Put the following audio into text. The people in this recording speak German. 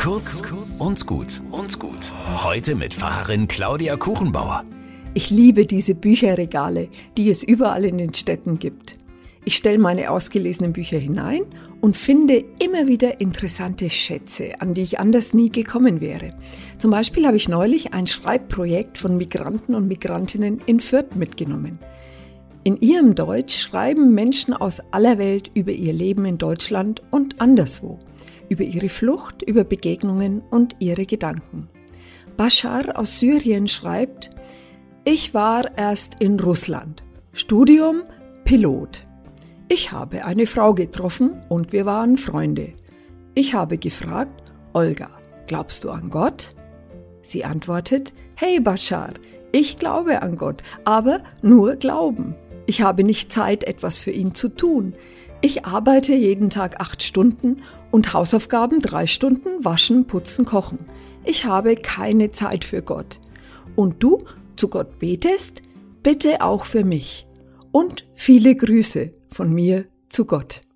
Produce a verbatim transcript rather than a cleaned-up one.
Kurz und gut und gut. Heute mit Pfarrerin Claudia Kuchenbauer. Ich liebe diese Bücherregale, die es überall in den Städten gibt. Ich stelle meine ausgelesenen Bücher hinein und finde immer wieder interessante Schätze, an die ich anders nie gekommen wäre. Zum Beispiel habe ich neulich ein Schreibprojekt von Migranten und Migrantinnen in Fürth mitgenommen. In ihrem Deutsch schreiben Menschen aus aller Welt über ihr Leben in Deutschland und anderswo, über ihre Flucht, über Begegnungen und ihre Gedanken. Bashar aus Syrien schreibt: Ich war erst in Russland. Studium Pilot. Ich habe eine Frau getroffen und wir waren Freunde. Ich habe gefragt: Olga, glaubst du an Gott? Sie antwortet: Hey Bashar, ich glaube an Gott, aber nur glauben. Ich habe nicht Zeit, etwas für ihn zu tun. Ich arbeite jeden Tag acht Stunden und Hausaufgaben drei Stunden, waschen, putzen, kochen. Ich habe keine Zeit für Gott. Und du zu Gott betest? Bitte auch für mich. Und viele Grüße von mir zu Gott.